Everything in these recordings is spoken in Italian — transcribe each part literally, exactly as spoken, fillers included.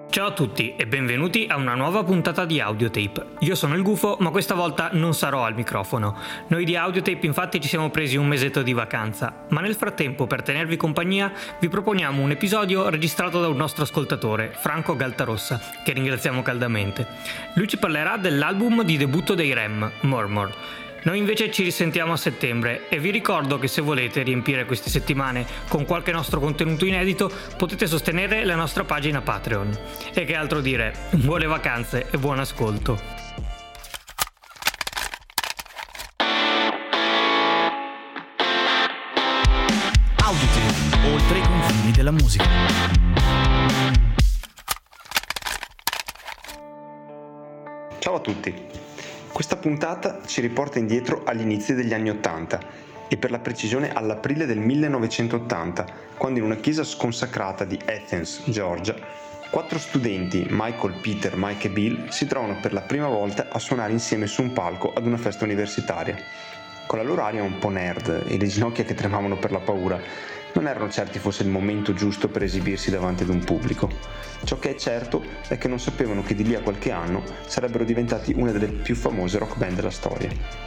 Ciao a tutti e benvenuti a una nuova puntata di Audiotape. Io sono il Gufo, ma questa volta non sarò al microfono. Noi di Audiotape infatti ci siamo presi un mesetto di vacanza, ma nel frattempo, per tenervi compagnia, vi proponiamo un episodio registrato da un nostro ascoltatore, Franco Galtarossa, che ringraziamo caldamente. Lui ci parlerà dell'album di debutto dei Rem, Murmur. Noi invece ci risentiamo a settembre e vi ricordo che se volete riempire queste settimane con qualche nostro contenuto inedito potete sostenere la nostra pagina Patreon. E che altro dire, buone vacanze e buon ascolto. Audiotape, oltre i confini della musica. Ciao a tutti. Questa puntata ci riporta indietro agli inizi degli anni Ottanta e per la precisione all'aprile del millenovecentottanta, quando in una chiesa sconsacrata di Athens, Georgia, quattro studenti, Michael, Peter, Mike e Bill, si trovano per la prima volta a suonare insieme su un palco ad una festa universitaria. Con la loro aria un po' nerd e le ginocchia che tremavano per la paura, non erano certi fosse il momento giusto per esibirsi davanti ad un pubblico. Ciò che è certo è che non sapevano che di lì a qualche anno sarebbero diventati una delle più famose rock band della storia.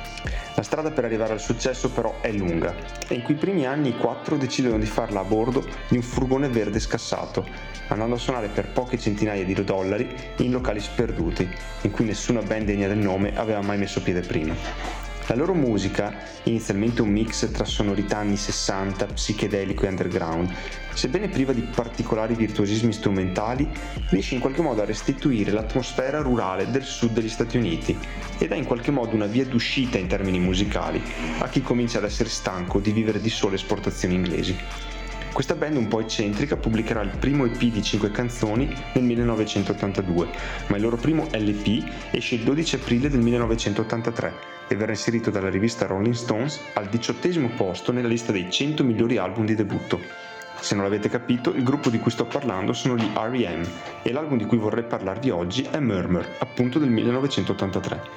La strada per arrivare al successo però è lunga e in quei primi anni i quattro decidono di farla a bordo di un furgone verde scassato, andando a suonare per poche centinaia di dollari in locali sperduti, in cui nessuna band degna del nome aveva mai messo piede prima. La loro musica, inizialmente un mix tra sonorità anni sessanta, psichedelico e underground, sebbene priva di particolari virtuosismi strumentali, riesce in qualche modo a restituire l'atmosfera rurale del sud degli Stati Uniti e dà in qualche modo una via d'uscita in termini musicali a chi comincia ad essere stanco di vivere di sole esportazioni inglesi. Questa band un po' eccentrica pubblicherà il primo E P di cinque canzoni nel millenovecentottantadue, ma il loro primo L P esce il dodici aprile del millenovecentottantatré e verrà inserito dalla rivista Rolling Stones al diciottesimo posto nella lista dei cento migliori album di debutto. Se non l'avete capito, il gruppo di cui sto parlando sono gli R E M e l'album di cui vorrei parlarvi oggi è Murmur, appunto del millenovecentottantatré.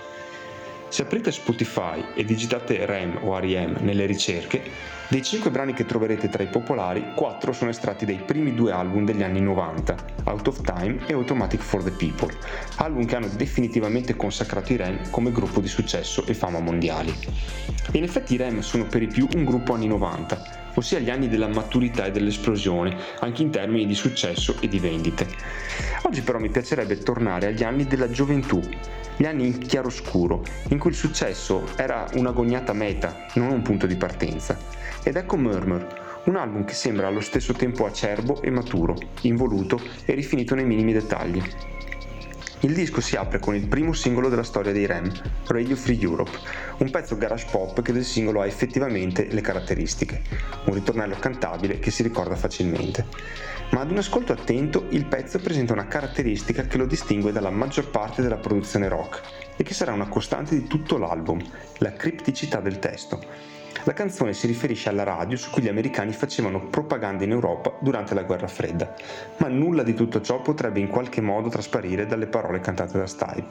Se aprite Spotify e digitate Rem o R E M nelle ricerche, dei cinque brani che troverete tra i popolari, quattro sono estratti dai primi due album degli anni novanta, Out of Time e Automatic for the People, album che hanno definitivamente consacrato i Rem come gruppo di successo e fama mondiali. E in effetti i Rem sono per i più un gruppo anni novanta, ossia gli anni della maturità e dell'esplosione, anche in termini di successo e di vendite. Oggi però mi piacerebbe tornare agli anni della gioventù, gli anni in chiaroscuro, in cui il successo era un'agognata meta, non un punto di partenza. Ed ecco Murmur, un album che sembra allo stesso tempo acerbo e maturo, involuto e rifinito nei minimi dettagli. Il disco si apre con il primo singolo della storia dei Rem, Radio Free Europe, un pezzo garage pop che del singolo ha effettivamente le caratteristiche, un ritornello cantabile che si ricorda facilmente. Ma ad un ascolto attento il pezzo presenta una caratteristica che lo distingue dalla maggior parte della produzione rock e che sarà una costante di tutto l'album, la cripticità del testo. La canzone si riferisce alla radio su cui gli americani facevano propaganda in Europa durante la guerra fredda, ma nulla di tutto ciò potrebbe in qualche modo trasparire dalle parole cantate da Stipe.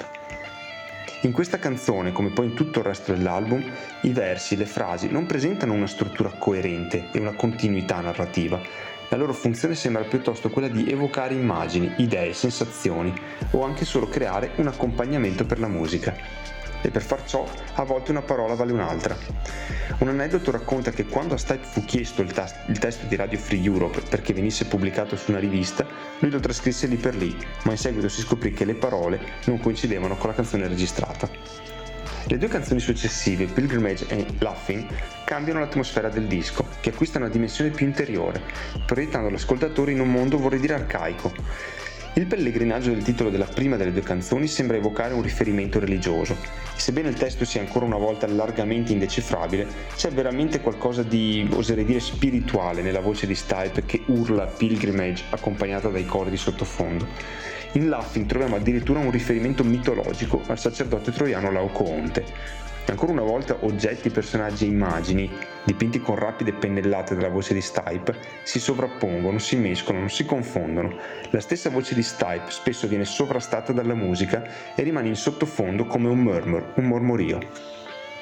In questa canzone, come poi in tutto il resto dell'album, i versi, le frasi non presentano una struttura coerente e una continuità narrativa. La loro funzione sembra piuttosto quella di evocare immagini, idee, sensazioni o anche solo creare un accompagnamento per la musica. E per far ciò a volte una parola vale un'altra. Un aneddoto racconta che quando a Stipe fu chiesto il, tas- il testo di Radio Free Europe perché venisse pubblicato su una rivista, lui lo trascrisse lì per lì, ma in seguito si scoprì che le parole non coincidevano con la canzone registrata. Le due canzoni successive, Pilgrimage e Laughing, cambiano l'atmosfera del disco, che acquista una dimensione più interiore, proiettando l'ascoltatore in un mondo, vorrei dire, arcaico. Il pellegrinaggio del titolo della prima delle due canzoni sembra evocare un riferimento religioso. Sebbene il testo sia ancora una volta largamente indecifrabile, c'è veramente qualcosa di, oserei dire, spirituale nella voce di Stipe che urla Pilgrimage accompagnata dai cori di sottofondo. In Laughing troviamo addirittura un riferimento mitologico al sacerdote troiano Laocoonte. E ancora una volta oggetti, personaggi e immagini, dipinti con rapide pennellate dalla voce di Stipe, si sovrappongono, si mescolano, si confondono. La stessa voce di Stipe spesso viene sovrastata dalla musica e rimane in sottofondo come un murmur, un mormorio.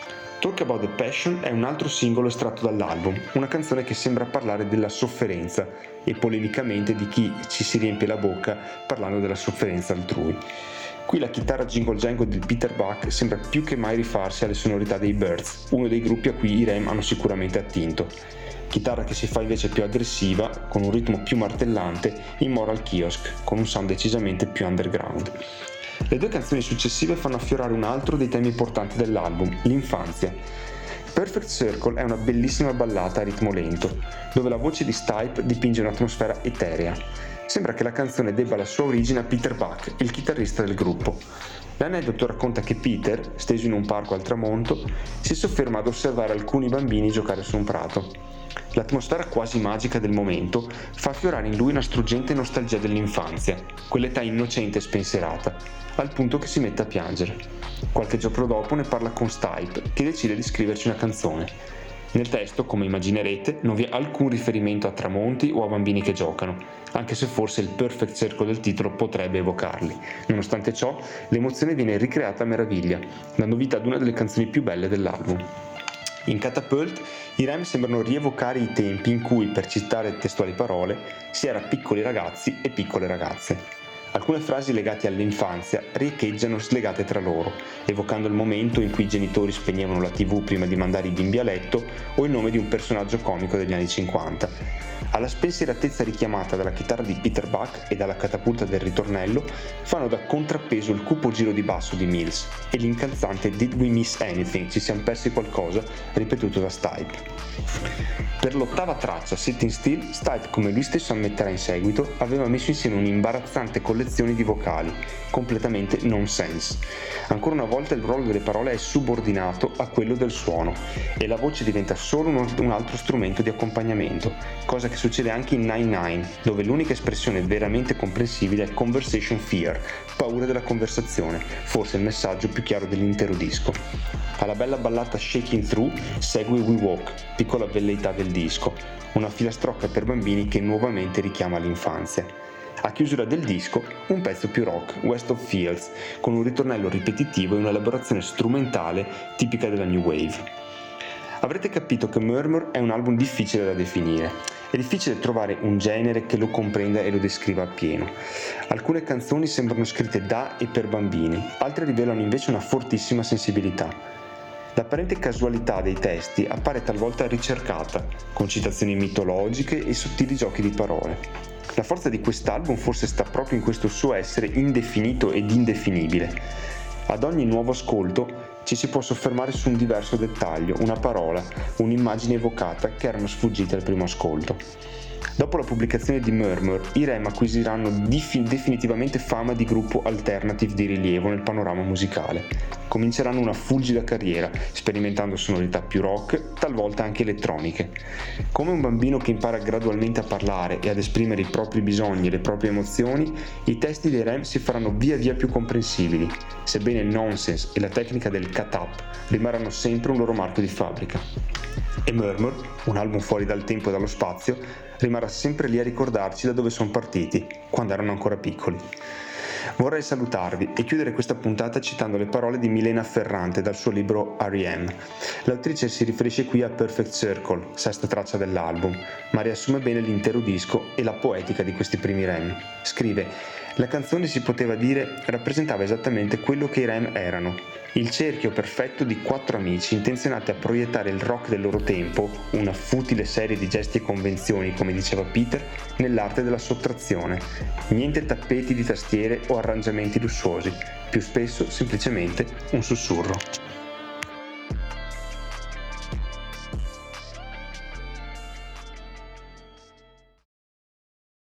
Talk About the Passion è un altro singolo estratto dall'album, una canzone che sembra parlare della sofferenza e polemicamente di chi ci si riempie la bocca parlando della sofferenza altrui. Qui la chitarra jingle jangle di Peter Buck sembra più che mai rifarsi alle sonorità dei Byrds, uno dei gruppi a cui i Rem hanno sicuramente attinto. Chitarra che si fa invece più aggressiva, con un ritmo più martellante, in Moral Kiosk, con un sound decisamente più underground. Le due canzoni successive fanno affiorare un altro dei temi portanti dell'album, l'infanzia. Perfect Circle è una bellissima ballata a ritmo lento, dove la voce di Stipe dipinge un'atmosfera eterea. Sembra che la canzone debba la sua origine a Peter Buck, il chitarrista del gruppo. L'aneddoto racconta che Peter, steso in un parco al tramonto, si sofferma ad osservare alcuni bambini giocare su un prato. L'atmosfera quasi magica del momento fa affiorare in lui una struggente nostalgia dell'infanzia, quell'età innocente e spensierata, al punto che si mette a piangere. Qualche giorno dopo ne parla con Stipe, che decide di scriverci una canzone. Nel testo, come immaginerete, non vi è alcun riferimento a tramonti o a bambini che giocano, anche se forse il perfect circle del titolo potrebbe evocarli. Nonostante ciò, l'emozione viene ricreata a meraviglia, dando vita ad una delle canzoni più belle dell'album. In Catapult, i Rem sembrano rievocare i tempi in cui, per citare testuali parole, si era piccoli ragazzi e piccole ragazze. Alcune frasi legate all'infanzia riecheggiano slegate tra loro, evocando il momento in cui i genitori spegnevano la tivù prima di mandare i bimbi a letto o il nome di un personaggio comico degli anni cinquanta. Alla spensieratezza richiamata dalla chitarra di Peter Buck e dalla catapulta del ritornello fanno da contrappeso il cupo giro di basso di Mills e l'incalzante Did We Miss Anything? Ci siamo persi qualcosa? Ripetuto da Stipe. Per l'ottava traccia, Sitting Still, Stipe, come lui stesso ammetterà in seguito, aveva messo insieme un'imbarazzante collezione di vocali, completamente nonsense. Ancora una volta il ruolo delle parole è subordinato a quello del suono e la voce diventa solo uno, un altro strumento di accompagnamento, cosa che succede anche in nine nine, dove l'unica espressione veramente comprensibile è conversation fear, paura della conversazione, forse il messaggio più chiaro dell'intero disco. Alla bella ballata Shaking Through segue We Walk, piccola velleità del disco, una filastrocca per bambini che nuovamente richiama l'infanzia. A chiusura del disco, un pezzo più rock, West of Fields, con un ritornello ripetitivo e un'elaborazione strumentale tipica della New Wave. Avrete capito che Murmur è un album difficile da definire. È difficile trovare un genere che lo comprenda e lo descriva appieno. Alcune canzoni sembrano scritte da e per bambini, altre rivelano invece una fortissima sensibilità. L'apparente casualità dei testi appare talvolta ricercata, con citazioni mitologiche e sottili giochi di parole. La forza di quest'album forse sta proprio in questo suo essere indefinito ed indefinibile. Ad ogni nuovo ascolto ci si può soffermare su un diverso dettaglio, una parola, un'immagine evocata che erano sfuggite al primo ascolto. Dopo la pubblicazione di Murmur, i Rem acquisiranno dif- definitivamente fama di gruppo alternative di rilievo nel panorama musicale. Cominceranno una fulgida carriera, sperimentando sonorità più rock, talvolta anche elettroniche. Come un bambino che impara gradualmente a parlare e ad esprimere i propri bisogni e le proprie emozioni, i testi dei Rem si faranno via via più comprensibili, sebbene il nonsense e la tecnica del cut-up rimarranno sempre un loro marchio di fabbrica. E Murmur, un album fuori dal tempo e dallo spazio, rimarrà sempre lì a ricordarci da dove sono partiti, quando erano ancora piccoli. Vorrei salutarvi e chiudere questa puntata citando le parole di Milena Ferrante dal suo libro R E M. L'autrice si riferisce qui a Perfect Circle, sesta traccia dell'album, ma riassume bene l'intero disco e la poetica di questi primi Rem. Scrive: la canzone, si poteva dire, rappresentava esattamente quello che i Rem erano, il cerchio perfetto di quattro amici intenzionati a proiettare il rock del loro tempo, una futile serie di gesti e convenzioni, come diceva Peter, nell'arte della sottrazione. Niente tappeti di tastiere o arrangiamenti lussuosi, più spesso semplicemente un sussurro.